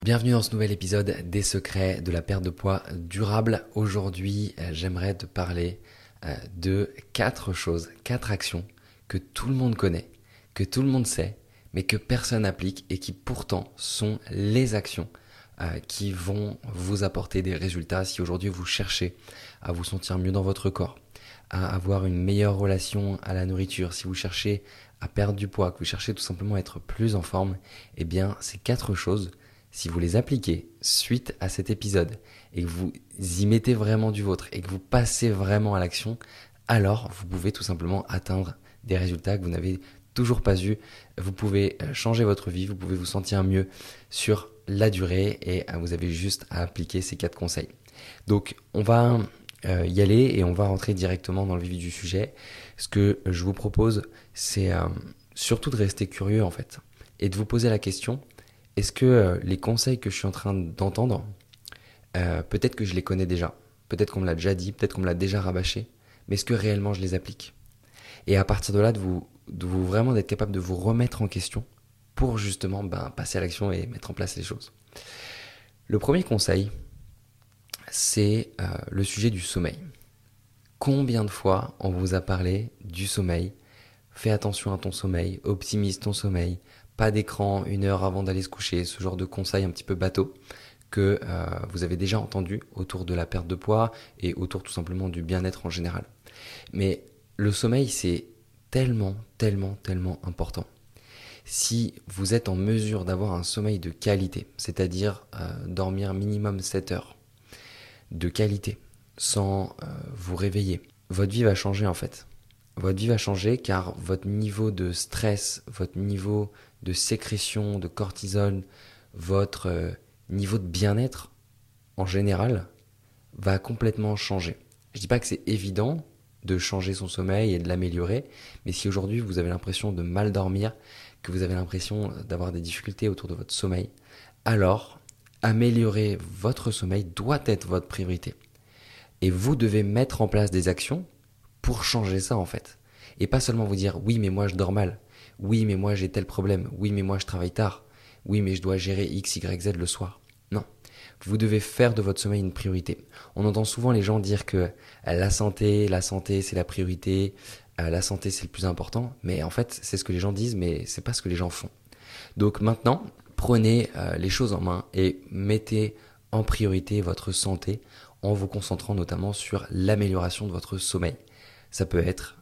Bienvenue dans ce nouvel épisode des secrets de la perte de poids durable. Aujourd'hui, j'aimerais te parler de 4 choses, 4 actions que tout le monde connaît, que tout le monde sait, mais que personne n'applique et qui pourtant sont les actions qui vont vous apporter des résultats si aujourd'hui vous cherchez à vous sentir mieux dans votre corps, à avoir une meilleure relation à la nourriture, si vous cherchez à perdre du poids, que vous cherchez tout simplement à être plus en forme, eh bien ces 4 choses, si vous les appliquez suite à cet épisode et que vous y mettez vraiment du vôtre et que vous passez vraiment à l'action, alors vous pouvez tout simplement atteindre des résultats que vous n'avez toujours pas eu. Vous pouvez changer votre vie, vous pouvez vous sentir mieux sur la durée et vous avez juste à appliquer ces 4 conseils. Donc on va y aller et on va rentrer directement dans le vif du sujet. Ce que je vous propose, c'est surtout de rester curieux en fait et de vous poser la question: est-ce que les conseils que je suis en train d'entendre, peut-être que je les connais déjà, peut-être qu'on me l'a déjà dit, peut-être qu'on me l'a déjà rabâché, mais est-ce que réellement je les applique? Et à partir de là, de vous vraiment d'être capable de vous remettre en question pour justement passer à l'action et mettre en place les choses. Le premier conseil, c'est le sujet du sommeil. Combien de fois on vous a parlé du sommeil? Fais attention à ton sommeil, optimise ton sommeil, pas d'écran 1 heure avant d'aller se coucher, ce genre de conseils un petit peu bateau que vous avez déjà entendu autour de la perte de poids et autour tout simplement du bien-être en général. Mais le sommeil, c'est tellement important. Si vous êtes en mesure d'avoir un sommeil de qualité, c'est-à-dire dormir minimum 7 heures de qualité sans vous réveiller, votre vie va changer en fait. Votre vie va changer car votre niveau de stress, votre niveau de sécrétion, de cortisol, votre niveau de bien-être en général va complètement changer. Je ne dis pas que c'est évident de changer son sommeil et de l'améliorer, mais si aujourd'hui vous avez l'impression de mal dormir, que vous avez l'impression d'avoir des difficultés autour de votre sommeil, alors améliorer votre sommeil doit être votre priorité. Et vous devez mettre en place des actions pour changer ça en fait. Et pas seulement vous dire: oui mais moi je dors mal, oui mais moi j'ai tel problème, oui mais moi je travaille tard, oui mais je dois gérer X, Y, Z le soir. Non, vous devez faire de votre sommeil une priorité. On entend souvent les gens dire que la santé c'est la priorité, la santé c'est le plus important, mais en fait c'est ce que les gens disent, mais c'est pas ce que les gens font. Donc maintenant, prenez les choses en main et mettez en priorité votre santé en vous concentrant notamment sur l'amélioration de votre sommeil. Ça peut être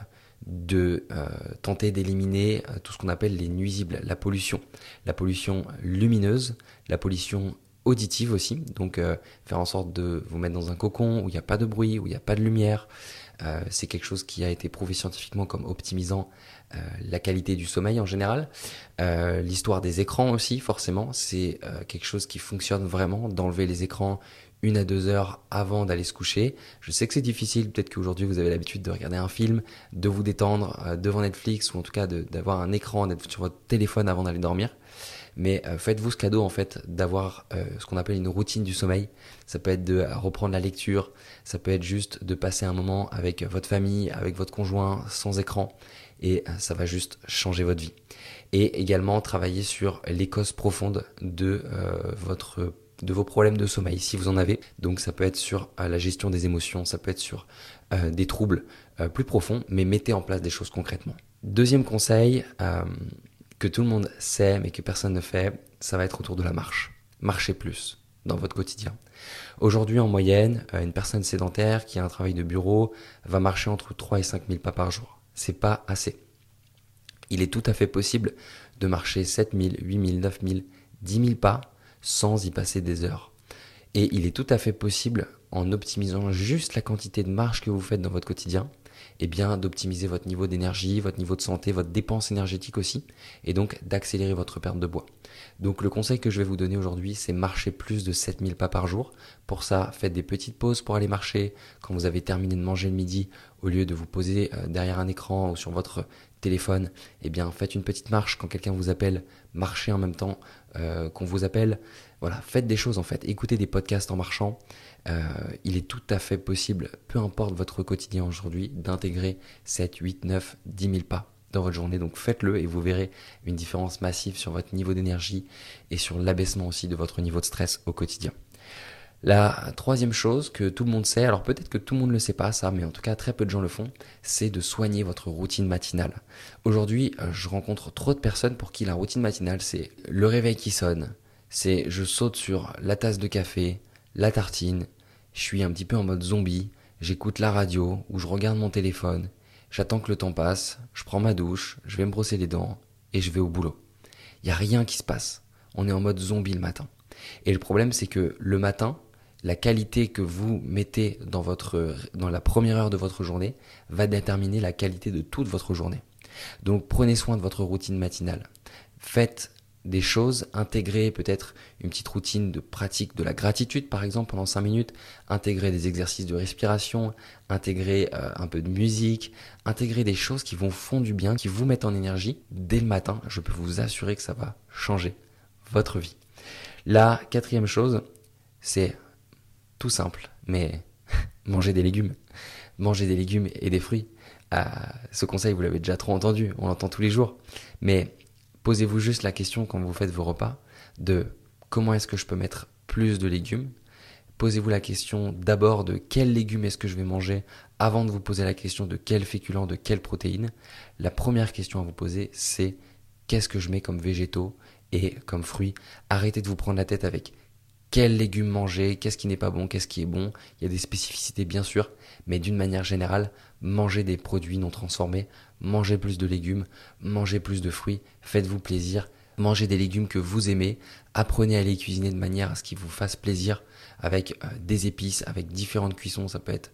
de tenter d'éliminer tout ce qu'on appelle les nuisibles, la pollution lumineuse, la pollution auditive aussi, donc faire en sorte de vous mettre dans un cocon où il n'y a pas de bruit, où il n'y a pas de lumière. C'est quelque chose qui a été prouvé scientifiquement comme optimisant la qualité du sommeil en général. L'histoire des écrans aussi, forcément, c'est quelque chose qui fonctionne vraiment, d'enlever les écrans 1 à 2 heures avant d'aller se coucher. Je sais que c'est difficile, peut-être qu'aujourd'hui vous avez l'habitude de regarder un film, de vous détendre devant Netflix ou en tout cas d'avoir un écran, d'être sur votre téléphone avant d'aller dormir. Mais faites-vous ce cadeau en fait d'avoir ce qu'on appelle une routine du sommeil. Ça peut être de reprendre la lecture, ça peut être juste de passer un moment avec votre famille, avec votre conjoint, sans écran, et ça va juste changer votre vie. Et également travailler sur les causes profondes de vos problèmes de sommeil si vous en avez. Donc ça peut être sur la gestion des émotions, ça peut être sur des troubles plus profonds, mais mettez en place des choses concrètement. Deuxième conseil que tout le monde sait mais que personne ne fait, ça va être autour de la marche. Marchez plus dans votre quotidien. Aujourd'hui en moyenne, une personne sédentaire qui a un travail de bureau va marcher entre 3 et 5 000 pas par jour. C'est pas assez. Il est tout à fait possible de marcher 7 000, 8 000, 9 000, 10 000 pas sans y passer des heures. Et il est tout à fait possible, en optimisant juste la quantité de marche que vous faites dans votre quotidien, eh bien d'optimiser votre niveau d'énergie, votre niveau de santé, votre dépense énergétique aussi, et donc d'accélérer votre perte de poids. Donc le conseil que je vais vous donner aujourd'hui, c'est marcher plus de 7000 pas par jour. Pour ça, faites des petites pauses pour aller marcher. Quand vous avez terminé de manger le midi, au lieu de vous poser derrière un écran ou sur votre téléphone, eh bien faites une petite marche. Quand quelqu'un vous appelle, marchez en même temps qu'on vous appelle. Voilà, faites des choses en fait. Écoutez des podcasts en marchant. Il est tout à fait possible, peu importe votre quotidien aujourd'hui, d'intégrer 7, 8, 9, 10 000 pas dans votre journée. Donc faites-le et vous verrez une différence massive sur votre niveau d'énergie et sur l'abaissement aussi de votre niveau de stress au quotidien. La troisième chose que tout le monde sait, alors peut-être que tout le monde ne le sait pas ça, mais en tout cas très peu de gens le font, c'est de soigner votre routine matinale. Aujourd'hui, je rencontre trop de personnes pour qui la routine matinale, c'est le réveil qui sonne, c'est je saute sur la tasse de café, la tartine, je suis un petit peu en mode zombie, j'écoute la radio ou je regarde mon téléphone, j'attends que le temps passe, je prends ma douche, je vais me brosser les dents et je vais au boulot. Il n'y a rien qui se passe, on est en mode zombie le matin. Et le problème c'est que le matin, la qualité que vous mettez dans la première heure de votre journée va déterminer la qualité de toute votre journée. Donc prenez soin de votre routine matinale. Faites des choses, intégrez peut-être une petite routine de pratique de la gratitude par exemple pendant 5 minutes, intégrez des exercices de respiration, intégrez un peu de musique, intégrez des choses qui vous font du bien, qui vous mettent en énergie dès le matin. Je peux vous assurer que ça va changer votre vie. La quatrième chose, c'est tout simple, mais manger des légumes. Manger des légumes et des fruits. Ce conseil, vous l'avez déjà trop entendu, on l'entend tous les jours. Mais posez-vous juste la question quand vous faites vos repas de comment est-ce que je peux mettre plus de légumes. Posez-vous la question d'abord de quels légumes est-ce que je vais manger avant de vous poser la question de quels féculents, de quelles protéines. La première question à vous poser, c'est qu'est-ce que je mets comme végétaux et comme fruits. Arrêtez de vous prendre la tête avec quels légumes manger, qu'est-ce qui n'est pas bon, qu'est-ce qui est bon. Il y a des spécificités bien sûr, mais d'une manière générale, mangez des produits non transformés, mangez plus de légumes, mangez plus de fruits, faites-vous plaisir, mangez des légumes que vous aimez, apprenez à les cuisiner de manière à ce qu'ils vous fassent plaisir avec des épices, avec différentes cuissons, ça peut être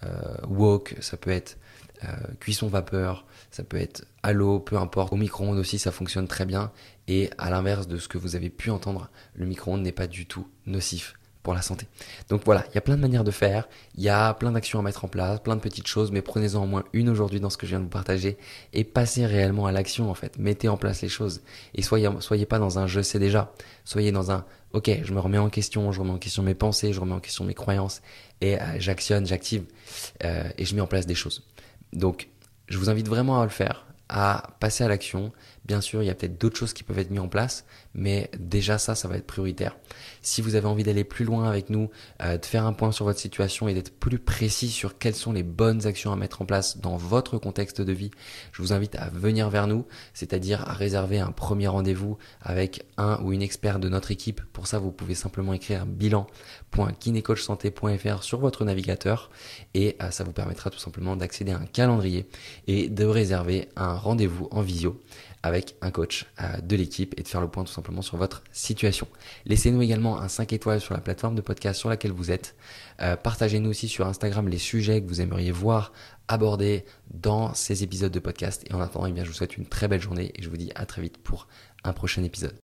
wok, ça peut être cuisson vapeur, ça peut être à l'eau, peu importe. Au micro-ondes aussi, ça fonctionne très bien. Et à l'inverse de ce que vous avez pu entendre, le micro-ondes n'est pas du tout nocif pour la santé. Donc voilà, il y a plein de manières de faire, il y a plein d'actions à mettre en place, plein de petites choses, mais prenez-en au moins une aujourd'hui dans ce que je viens de vous partager et passez réellement à l'action en fait. Mettez en place les choses et soyez pas dans un je sais déjà, soyez dans un ok, je me remets en question, je remets en question mes pensées, je remets en question mes croyances et j'actionne, j'active et je mets en place des choses. Donc, je vous invite vraiment à le faire, à passer à l'action. Bien sûr, il y a peut-être d'autres choses qui peuvent être mises en place, mais déjà ça va être prioritaire. Si vous avez envie d'aller plus loin avec nous, de faire un point sur votre situation et d'être plus précis sur quelles sont les bonnes actions à mettre en place dans votre contexte de vie, je vous invite à venir vers nous, c'est-à-dire à réserver un premier rendez-vous avec un ou une expert de notre équipe. Pour ça, vous pouvez simplement écrire bilan.kinecoachsanté.fr sur votre navigateur et ça vous permettra tout simplement d'accéder à un calendrier et de réserver un rendez-vous en visio avec un coach de l'équipe et de faire le point tout simplement sur votre situation. Laissez-nous également un 5 étoiles sur la plateforme de podcast sur laquelle vous êtes. Partagez-nous aussi sur Instagram les sujets que vous aimeriez voir abordés dans ces épisodes de podcast. Et en attendant, je vous souhaite une très belle journée et je vous dis à très vite pour un prochain épisode.